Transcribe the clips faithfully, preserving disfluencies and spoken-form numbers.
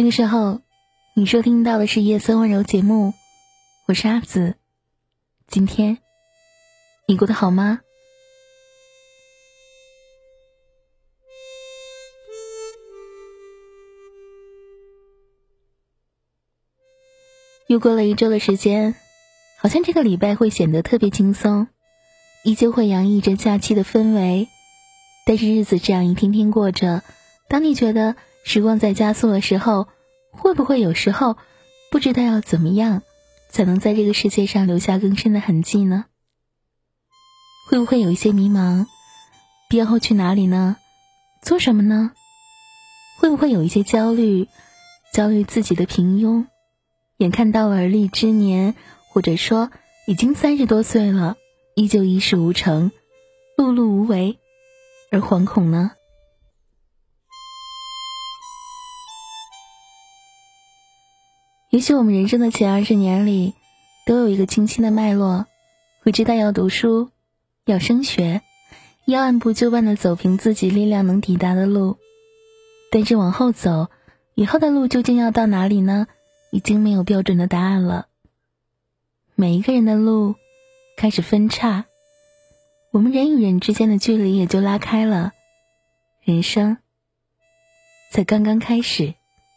这个时候你收听到的是夜色温柔节目，我是阿紫。今天你过得好吗？又过了一周的时间，好像这个礼拜会显得特别轻松，依旧会洋溢着假期的氛围。但是日子这样一天天过着，当你觉得时光在加速的时候，会不会有时候不知道要怎么样才能在这个世界上留下更深的痕迹呢？会不会有一些迷茫，毕业后去哪里呢？做什么呢？会不会有一些焦虑，焦虑自己的平庸，眼看到了而立之年，或者说已经三十多岁了，依旧一事无成，碌碌无为而惶恐呢？也许我们人生的前二十年里都有一个清晰的脉络，会知道要读书，要升学，要按部就班地走平自己力量能抵达的路。但是往后走，以后的路究竟要到哪里呢？已经没有标准的答案了。每一个人的路开始分叉，我们人与人之间的距离也就拉开了，人生才刚刚开始。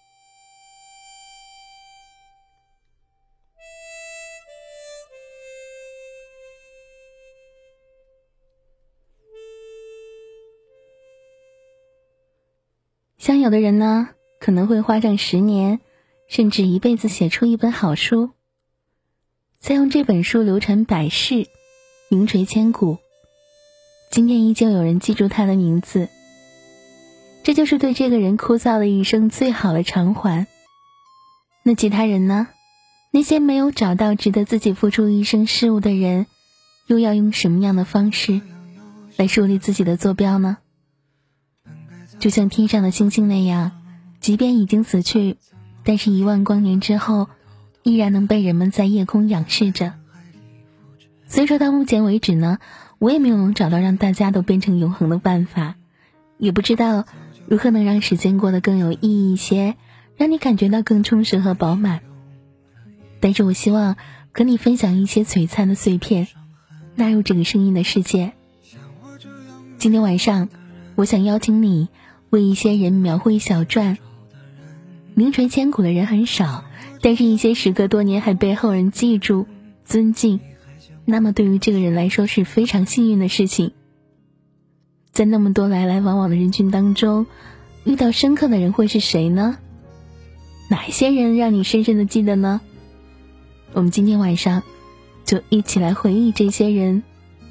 像有的人呢，可能会花上十年甚至一辈子写出一本好书，再用这本书流传百世，名垂千古，今天依旧有人记住他的名字。这就是对这个人枯燥的一生最好的偿还。那其他人呢？那些没有找到值得自己付出一生事物的人，又要用什么样的方式来树立自己的坐标呢？就像天上的星星那样，即便已经死去，但是一万光年之后依然能被人们在夜空仰视着。所以说到目前为止呢，我也没有能找到让大家都变成永恒的办法，也不知道如何能让时间过得更有意义一些，让你感觉到更充实和饱满。但是我希望和你分享一些璀璨的碎片，纳入这个声音的世界。今天晚上我想邀请你为一些人描绘小传。名垂千古的人很少，但是一些时隔多年还被后人记住尊敬，那么对于这个人来说是非常幸运的事情。在那么多来来往往的人群当中，遇到深刻的人会是谁呢？哪一些人让你深深的记得呢？我们今天晚上就一起来回忆这些人。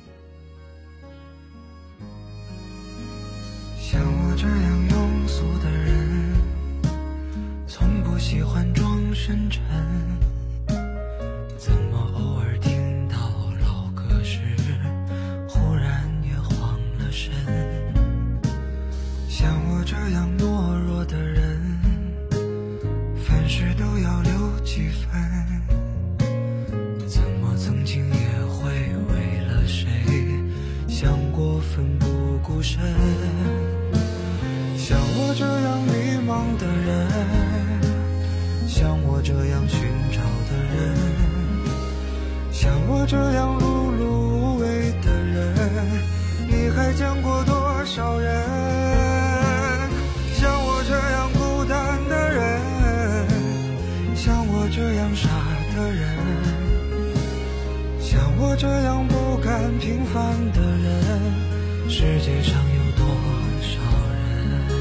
像我这样庸俗的人，从不喜欢装深沉，怎么偶尔听到老歌时，忽然也慌了神。像我这样懦弱的人，凡事都要留几分，怎么曾经也会为了谁想过奋不顾身。像我这样迷茫的人，像我这样寻找的人，像我这样碌碌无为的人，你还见过多少人？像我这样孤单的人，像我这样傻的人，像我这样不甘平凡的人，世界上有多少人？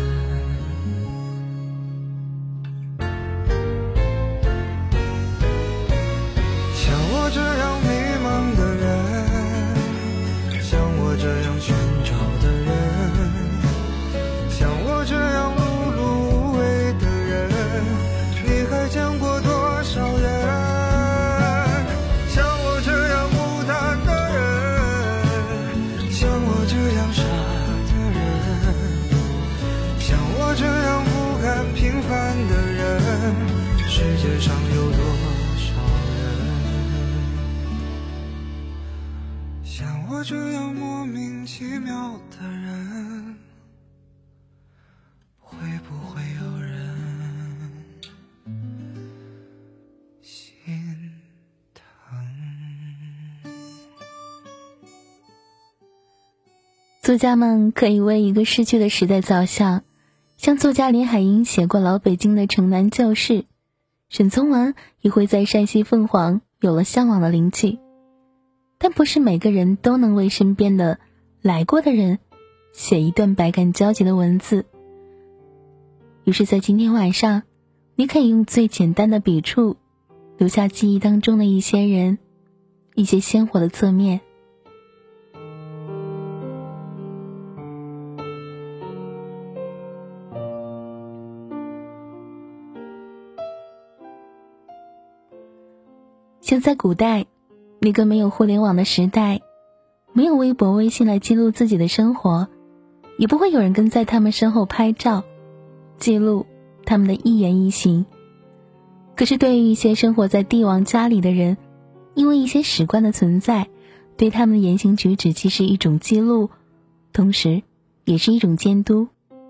像我这样迷茫的人，像我这样寻找的人，像我这样碌碌无为的人，你还见过多少人？像我这样孤单的人，像我这样傻的人，像我这样不甘平凡的人，世界上有多少人？像我这样莫名其妙的人，会不会有人？ 作家们可以为一个逝去的时代着想，像作家林海音写过老北京的城南旧事，沈从文也会在山西凤凰有了向往的灵气。但不是每个人都能为身边的来过的人写一段百感交集的文字。于是在今天晚上，你可以用最简单的笔触留下记忆当中的一些人，一些鲜活的侧面。像在古代那个没有互联网的时代，没有微博微信来记录自己的生活，也不会有人跟在他们身后拍照记录他们的一言一行。可是对于一些生活在帝王家里的人，因为一些史官的存在，对他们的言行举止既是一种记录，同时也是一种监督。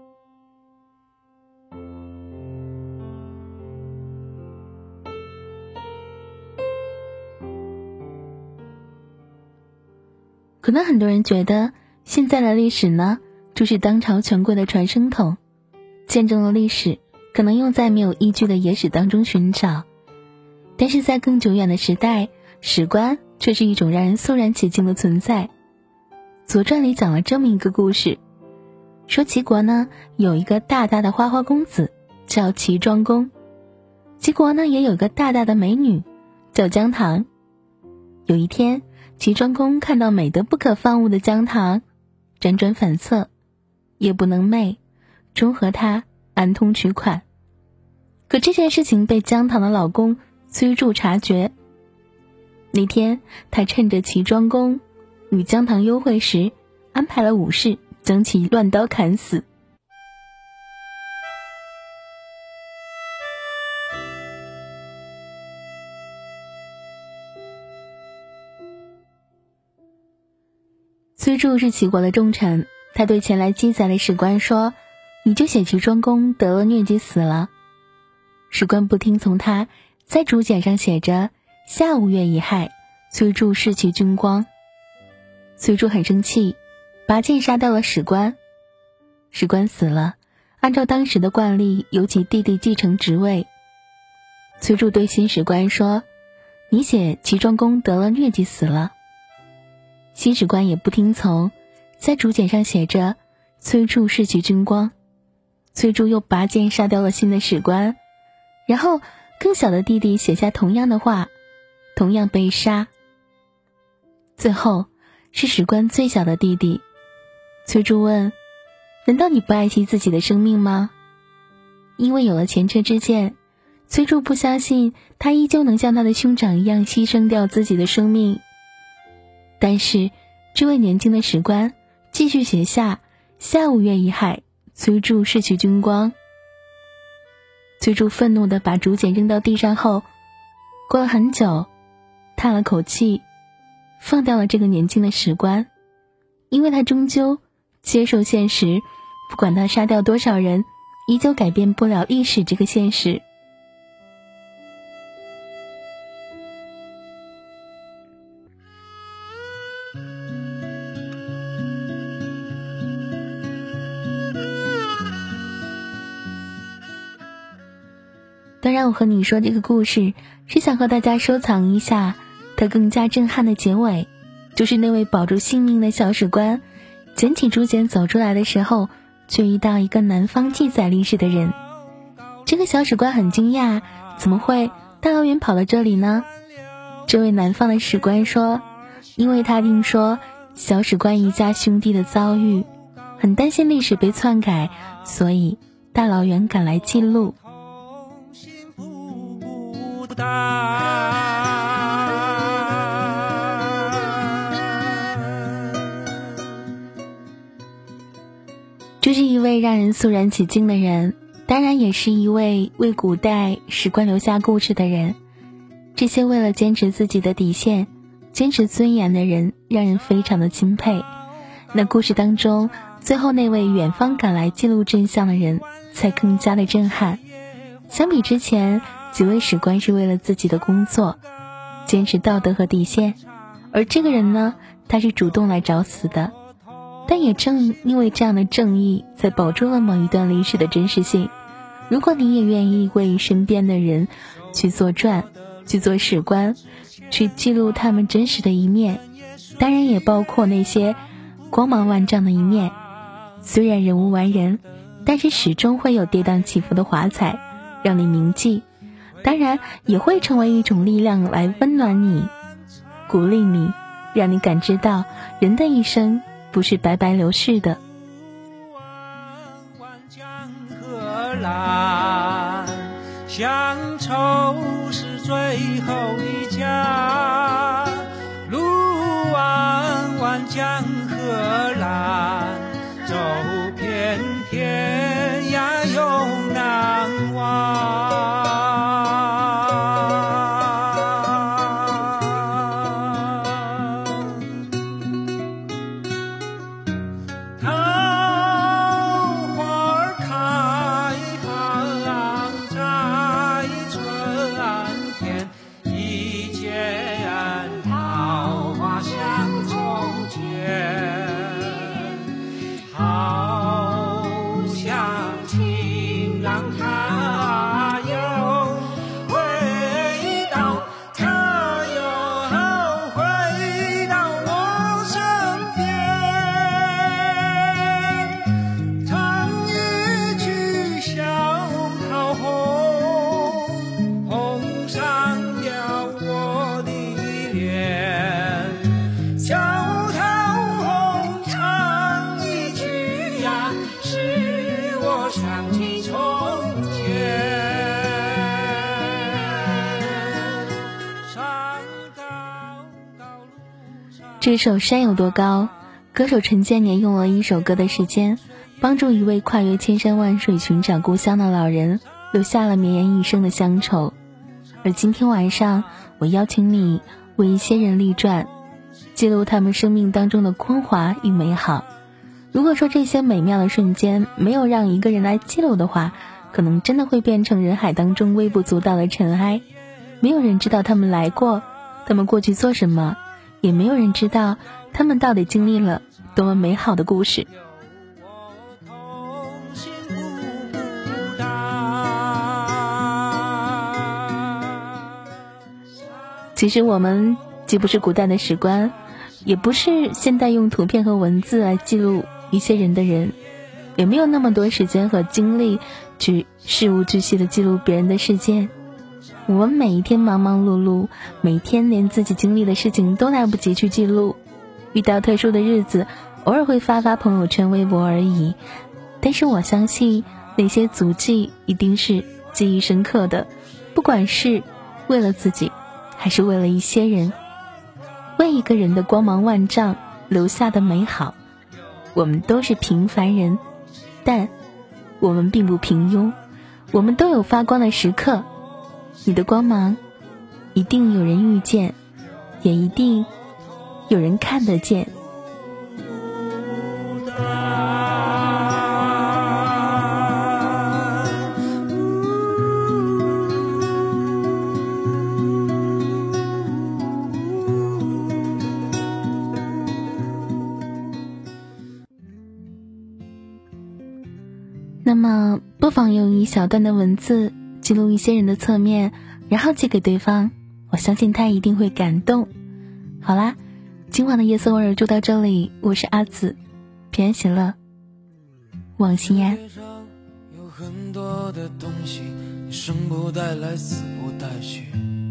可能很多人觉得现在的历史呢，就是当朝权贵的传声筒，见证了历史可能用在没有依据的野史当中寻找。但是在更久远的时代，史官却是一种让人肃然起敬的存在。左传里讲了这么一个故事，说齐国呢有一个大大的花花公子叫齐庄公，齐国呢也有个大大的美女叫姜唐。有一天，齐庄公看到美得不可方物的姜唐，辗转反侧，夜不能寐，终和她暗通取款。可这件事情被姜唐的老公崔杼察觉。那天他趁着齐庄公与姜唐幽会时，安排了武士将其乱刀砍死。崔杼是齐国的重臣，他对前来记载的史官说，你就写齐庄公得了疟疾死了。史官不听从他，在竹简上写着下五月乙亥，崔杼弑其君光。崔杼很生气，拔剑杀掉了史官。史官死了，按照当时的惯例，由其弟弟继承职位。崔杼对新史官说，你写齐庄公得了疟疾死了。新史官也不听从，在竹简上写着崔杼弑其君光。崔杼又拔剑杀掉了新的史官，然后更小的弟弟写下同样的话，同样被杀。最后是史官最小的弟弟。崔杼问，难道你不爱惜自己的生命吗？因为有了前车之鉴，崔杼不相信他依旧能像他的兄长一样牺牲掉自己的生命。但是这位年轻的史官继续写下下五月乙亥，崔杼弑其君光。崔杼愤怒地把竹简扔到地上后，过了很久，叹了口气，放掉了这个年轻的史官，因为他终究接受现实，不管他杀掉多少人，依旧改变不了历史这个现实。当然我和你说这个故事是想和大家收藏一下它更加震撼的结尾，就是那位保住性命的小史官捡起竹简走出来的时候，却遇到一个南方记载历史的人。这个小史官很惊讶，怎么会大老远跑到这里呢？这位南方的史官说，因为他听说小史官一家兄弟的遭遇，很担心历史被篡改，所以大老远赶来记录。这是一位让人肃然起敬的人，当然也是一位为古代史官留下故事的人。这些为了坚持自己的底线，坚持尊严的人，让人非常的钦佩。那故事当中，最后那位远方赶来记录真相的人，才更加的震撼。相比之前，几位史官是为了自己的工作，坚持道德和底线，而这个人呢，他是主动来找死的。 但也正因为这样的正义，才保住了某一段历史的真实性。如果你也愿意为身边的人去做传，去做史官，去记录他们真实的一面，当然也包括那些光芒万丈的一面。虽然人无完人，但是始终会有跌宕起伏的华彩让你铭记，当然也会成为一种力量来温暖你，鼓励你，让你感知到人的一生不是白白流逝的。 乡愁是最后的家，路弯弯江河蓝，走遍天涯永难忘。 这首《山有多高》，歌手陈建年用了一首歌的时间，帮助一位跨越千山万水寻找故乡的老人，留下了绵延一生的乡愁。而今天晚上，我邀请你为一些人立传，记录他们生命当中的光华与美好。如果说这些美妙的瞬间没有让一个人来记录的话，可能真的会变成人海当中微不足道的尘埃。没有人知道他们来过，他们过去做什么，也没有人知道他们到底经历了多么美好的故事。其实我们既不是古代的史官，也不是现代用图片和文字来记录一些人的人，也没有那么多时间和精力去事无巨细的记录别人的事件。我们每一天忙忙碌碌，每天连自己经历的事情都来不及去记录，遇到特殊的日子偶尔会发发朋友圈微博而已，但是我相信那些足迹一定是记忆深刻的，不管是为了自己还是为了一些人，为一个人的光芒万丈留下的美好。我们都是平凡人，但我们并不平庸，我们都有发光的时刻。你的光芒一定有人遇见，也一定有人看得见。那么不妨用一小段的文字记录一些人的侧面，然后寄给对方，我相信他一定会感动。好啦，今晚的夜色味儿就到这里，我是阿紫，平安喜乐，往心安。 有很多的东西，你生不带来，死不带去，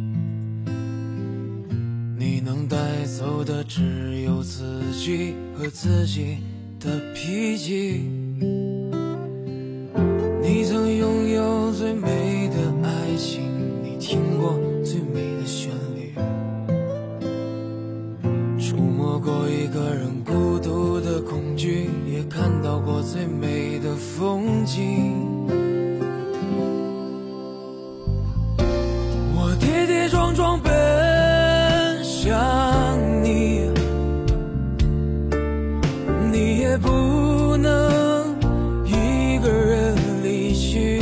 你能带走的只有自己和自己的脾气。你曾拥有最美的爱情，你听过最美的旋律，触摸过一个人孤独的恐惧，也看到过最美的风景。我跌跌撞撞奔向你，你也不能一个人离去。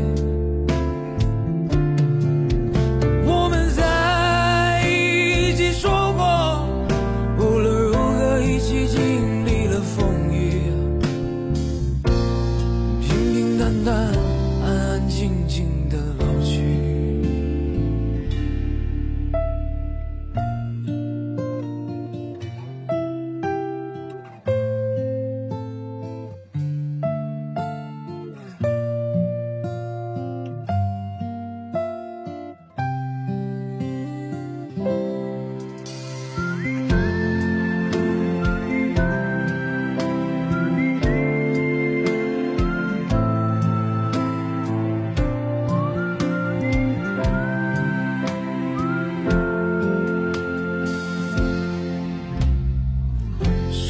我们在一起说过，无论如何一起经历了风雨。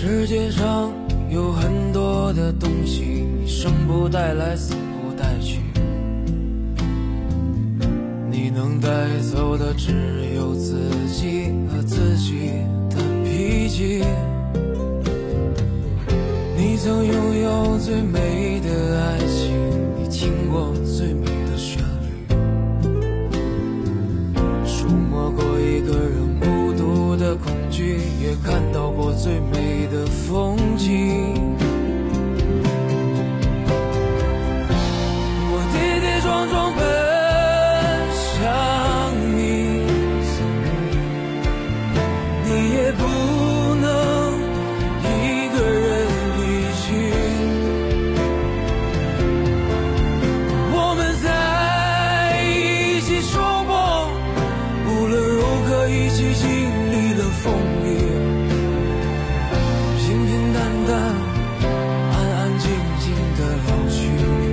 世界上有很多的东西，你生不带来，死不带去，你能带走的只有自己和自己的脾气。你曾拥有最美的爱情，你听过最美的旋律，触摸过一个人孤独的恐惧，也看到过最美的风景。我跌跌撞撞奔向你，你也不能一个人离去。我们在一起说过，无论如何一起经历了风雨，平平淡淡，安安静静的老去。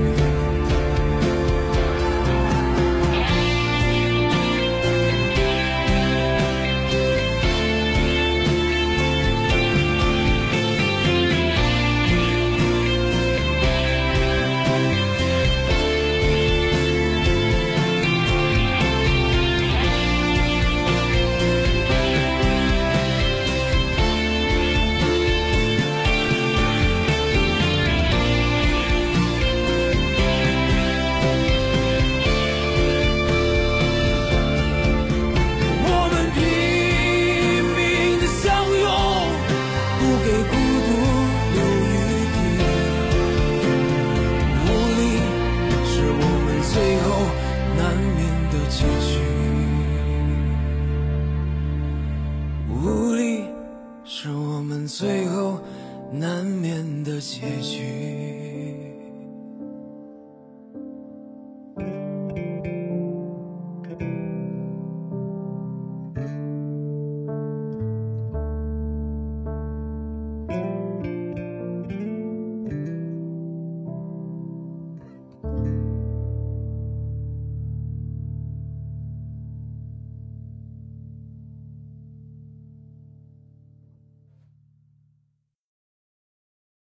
无力是我们最后难免的结局。